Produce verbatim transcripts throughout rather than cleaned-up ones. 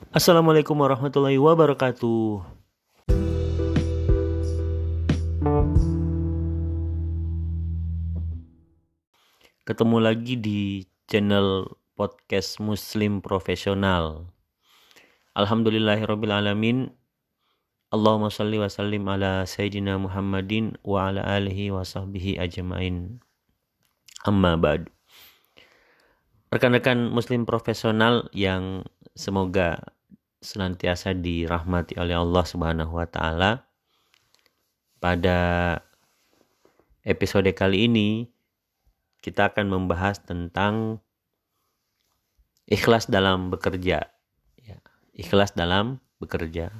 Assalamualaikum warahmatullahi wabarakatuh. Ketemu lagi di channel podcast Muslim Profesional. Alhamdulillahirabbil alamin. Allahumma shalli wa sallim ala sayyidina Muhammadin wa ala alihi wa sahbihi ajmain. Amma ba'du. Rekan-rekan Muslim profesional yang semoga senantiasa dirahmati oleh Allah Subhanahu wa taala. Pada episode kali ini kita akan membahas tentang ikhlas dalam bekerja. Ya, ikhlas dalam bekerja.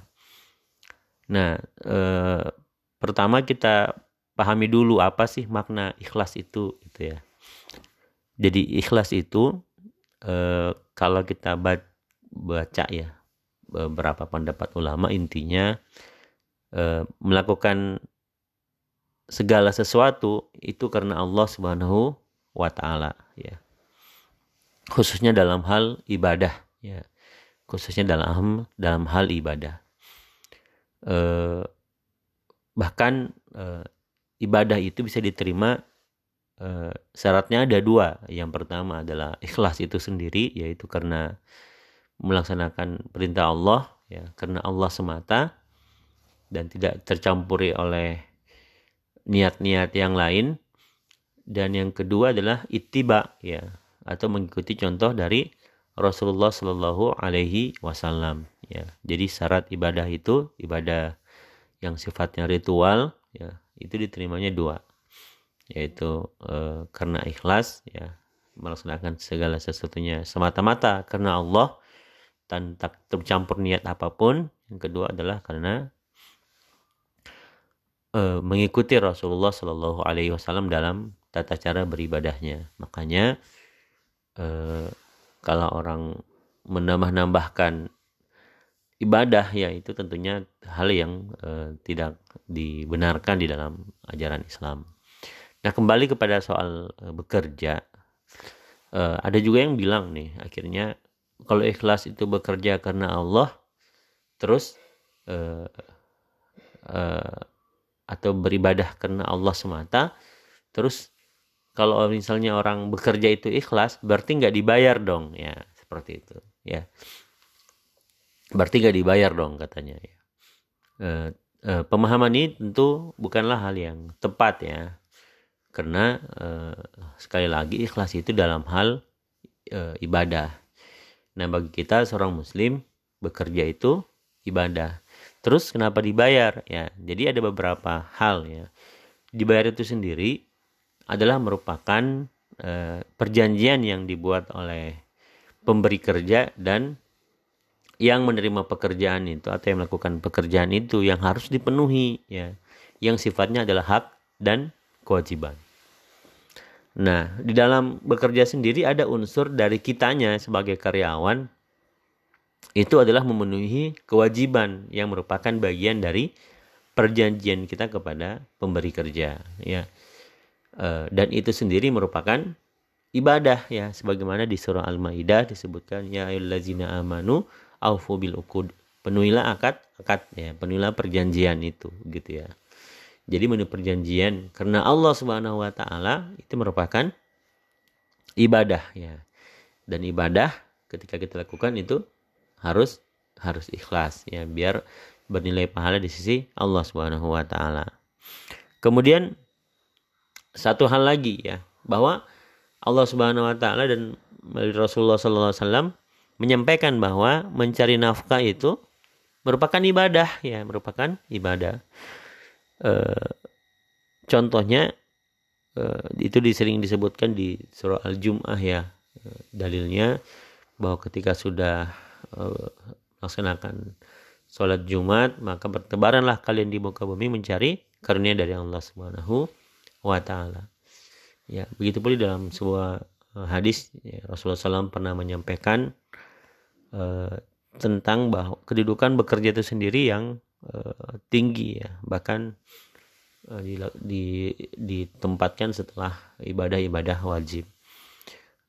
Nah, eh, pertama kita pahami dulu apa sih makna ikhlas itu, gitu ya. Jadi ikhlas itu eh, kalau kita baca ya beberapa pendapat ulama, intinya eh, melakukan segala sesuatu itu karena Allah Subhanahu wa taala, ya. Khususnya dalam hal ibadah, ya. Khususnya dalam dalam hal ibadah. Eh, bahkan eh, ibadah itu bisa diterima, eh, syaratnya ada dua. Yang pertama adalah ikhlas itu sendiri, yaitu karena melaksanakan perintah Allah, ya, karena Allah semata dan tidak tercampuri oleh niat-niat yang lain. Dan yang kedua adalah ittiba, ya, atau mengikuti contoh dari Rasulullah Shallallahu Alaihi Wasallam, ya. Jadi syarat ibadah itu, ibadah yang sifatnya ritual, ya, itu diterimanya dua, yaitu eh, karena ikhlas, ya, melaksanakan segala sesuatunya semata-mata karena Allah tanpa tercampur niat apapun. Yang kedua adalah karena eh, mengikuti Rasulullah Shallallahu Alaihi Wasallam dalam tata cara beribadahnya. Makanya eh, kalau orang menambah-nambahkan ibadah, ya, itu tentunya hal yang eh, tidak dibenarkan di dalam ajaran Islam. Nah, kembali kepada soal eh, bekerja, eh, ada juga yang bilang nih, akhirnya kalau ikhlas itu bekerja karena Allah, terus eh, eh, atau beribadah karena Allah semata, terus kalau misalnya orang bekerja itu ikhlas, berarti nggak dibayar dong, ya, seperti itu, ya. Berarti nggak dibayar dong, katanya, ya. E, e, pemahaman ini tentu bukanlah hal yang tepat, ya, karena e, sekali lagi ikhlas itu dalam hal e, ibadah. Nah, bagi kita seorang muslim, bekerja itu ibadah. Terus kenapa dibayar? Ya, jadi ada beberapa hal, ya. Dibayar itu sendiri adalah merupakan eh, perjanjian yang dibuat oleh pemberi kerja dan yang menerima pekerjaan itu atau yang melakukan pekerjaan itu, yang harus dipenuhi, ya, yang sifatnya adalah hak dan kewajiban. Nah, di dalam bekerja sendiri ada unsur dari kitanya sebagai karyawan, itu adalah memenuhi kewajiban yang merupakan bagian dari perjanjian kita kepada pemberi kerja, ya. Uh, dan itu sendiri merupakan ibadah, ya, sebagaimana di surah Al-Maidah disebutkan, ya ayyuhallazina amanu aufu bil uqud, penuhilah akad akad ya, penuhilah perjanjian itu, gitu, ya. Jadi menuhi perjanjian karena Allah Subhanahu wa taala itu merupakan ibadah, ya. Dan ibadah ketika kita lakukan itu harus harus ikhlas, ya, biar bernilai pahala di sisi Allah Subhanahu wa taala. Kemudian satu hal lagi, ya, bahwa Allah Subhanahu wa taala dan Rasulullah sallallahu alaihi wasallam menyampaikan bahwa mencari nafkah itu merupakan ibadah, ya, merupakan ibadah. E, contohnya e, itu disering disebutkan di surah Al-Jum'ah, ya. E, dalilnya bahwa ketika sudah e, melaksanakan sholat Jumat, maka bertebaranlah kalian di muka bumi mencari karunia dari Allah Subhanahu wa ta'ala, ya. Begitu pula dalam sebuah uh, hadis, ya, Rasulullah shallallahu alaihi wasallam pernah menyampaikan uh, tentang bahwa kedudukan bekerja itu sendiri yang uh, tinggi, ya, bahkan uh, di, di, ditempatkan setelah ibadah-ibadah wajib.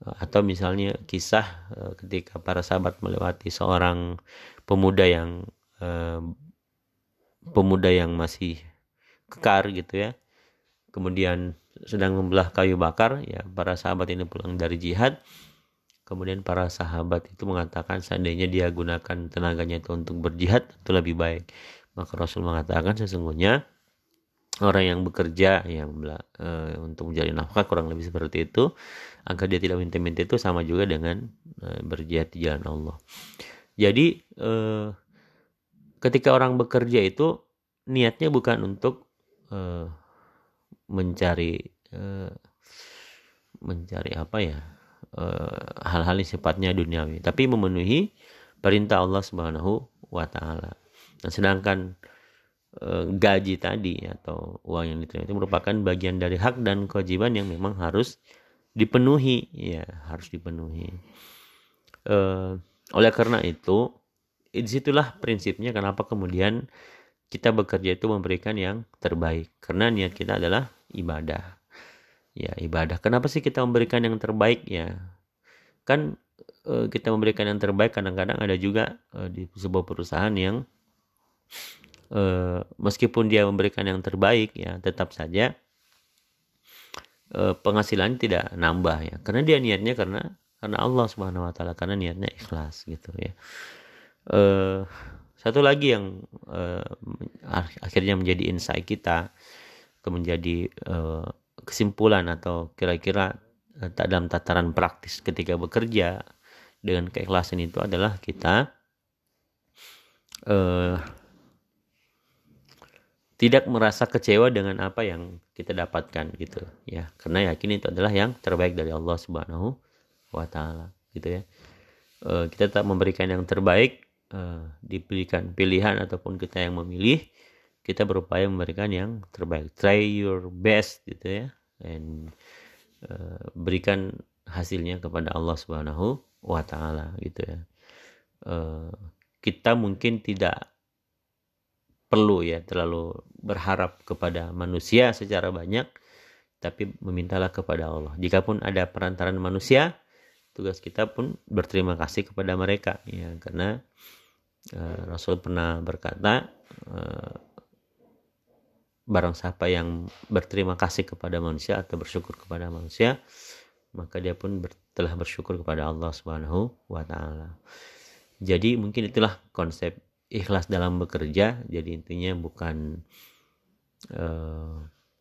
Atau misalnya kisah uh, ketika para sahabat melewati seorang pemuda yang uh, pemuda yang masih kekar gitu ya, kemudian sedang membelah kayu bakar, ya para sahabat ini pulang dari jihad, kemudian para sahabat itu mengatakan seandainya dia gunakan tenaganya itu untuk berjihad itu lebih baik. Maka Rasul mengatakan sesungguhnya orang yang bekerja yang uh, untuk mencari nafkah kurang lebih seperti itu, agar dia tidak minta-minta, itu sama juga dengan uh, berjihad di jalan Allah. Jadi uh, ketika orang bekerja itu niatnya bukan untuk uh, mencari uh, mencari apa ya uh, hal-hal yang sifatnya duniawi, tapi memenuhi perintah Allah Subhanahu wa taala. Nah, sedangkan gaji tadi atau uang yang diterima itu merupakan bagian dari hak dan kewajiban yang memang harus dipenuhi, ya harus dipenuhi. E, oleh karena itu, disitulah prinsipnya kenapa kemudian kita bekerja itu memberikan yang terbaik, karena niat kita adalah ibadah. Ya ibadah. Kenapa sih kita memberikan yang terbaik? Ya kan e, kita memberikan yang terbaik kadang-kadang ada juga e, di sebuah perusahaan yang Uh, meskipun dia memberikan yang terbaik, ya tetap saja uh, penghasilan tidak nambah, ya karena dia niatnya karena karena Allah Subhanahu wa taala, karena niatnya ikhlas gitu ya. Uh, satu lagi yang uh, akhirnya menjadi insight kita, atau menjadi uh, kesimpulan atau kira-kira uh, dalam tataran praktis ketika bekerja dengan keikhlasan itu adalah kita uh, tidak merasa kecewa dengan apa yang kita dapatkan gitu ya, karena yakin itu adalah yang terbaik dari Allah Subhanahu wa taala gitu ya. E, kita tak memberikan yang terbaik, e, diberikan pilihan ataupun kita yang memilih, kita berupaya memberikan yang terbaik, try your best gitu ya, dan e, berikan hasilnya kepada Allah Subhanahu wa taala gitu ya. E, kita mungkin tidak perlu ya terlalu berharap kepada manusia secara banyak, tapi memintalah kepada Allah. Jikapun ada perantaran manusia, tugas kita pun berterima kasih kepada mereka, ya karena uh, Rasul pernah berkata, uh, barang siapa yang berterima kasih kepada manusia atau bersyukur kepada manusia, maka dia pun ber, telah bersyukur kepada Allah Subhanahu wa taala. Jadi mungkin itulah konsep ikhlas dalam bekerja. Jadi intinya bukan uh,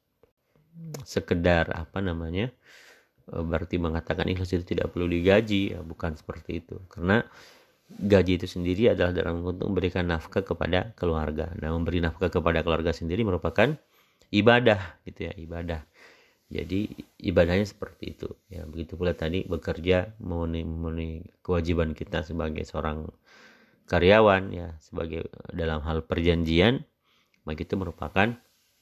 sekedar apa namanya uh, berarti mengatakan ikhlas itu tidak perlu digaji, ya bukan seperti itu, karena gaji itu sendiri adalah dalam untuk memberikan nafkah kepada keluarga. Nah, memberi nafkah kepada keluarga sendiri merupakan ibadah gitu ya, ibadah. Jadi ibadahnya seperti itu ya. Begitu pula tadi bekerja memenuhi, memenuhi kewajiban kita sebagai seorang karyawan ya, sebagai dalam hal perjanjian, maka itu merupakan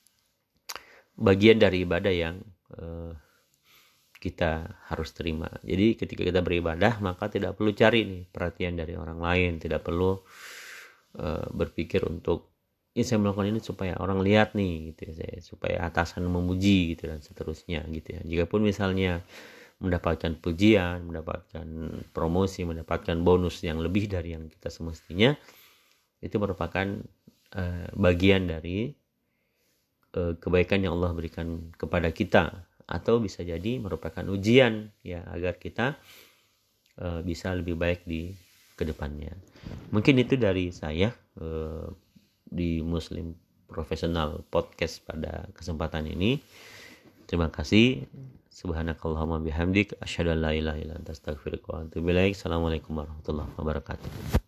bagian dari ibadah yang eh, kita harus terima. Jadi ketika kita beribadah, maka tidak perlu cari nih perhatian dari orang lain, tidak perlu uh, berpikir untuk ini saya melakukan ini supaya orang lihat nih gitu ya, saya, supaya atasan memuji gitu dan seterusnya gitu ya. Jikapun misalnya mendapatkan pujian, mendapatkan promosi, mendapatkan bonus yang lebih dari yang kita semestinya, itu merupakan uh, bagian dari uh, kebaikan yang Allah berikan kepada kita, atau bisa jadi merupakan ujian ya, agar kita uh, bisa lebih baik di kedepannya. Mungkin itu dari saya uh, di Muslim Profesional Podcast pada kesempatan ini. Terima kasih. Subhanakallahumma bihamdik asyhadu an la ilaha illa anta astaghfiruka wa atubu ilaik. Assalamualaikum warahmatullahi wabarakatuh.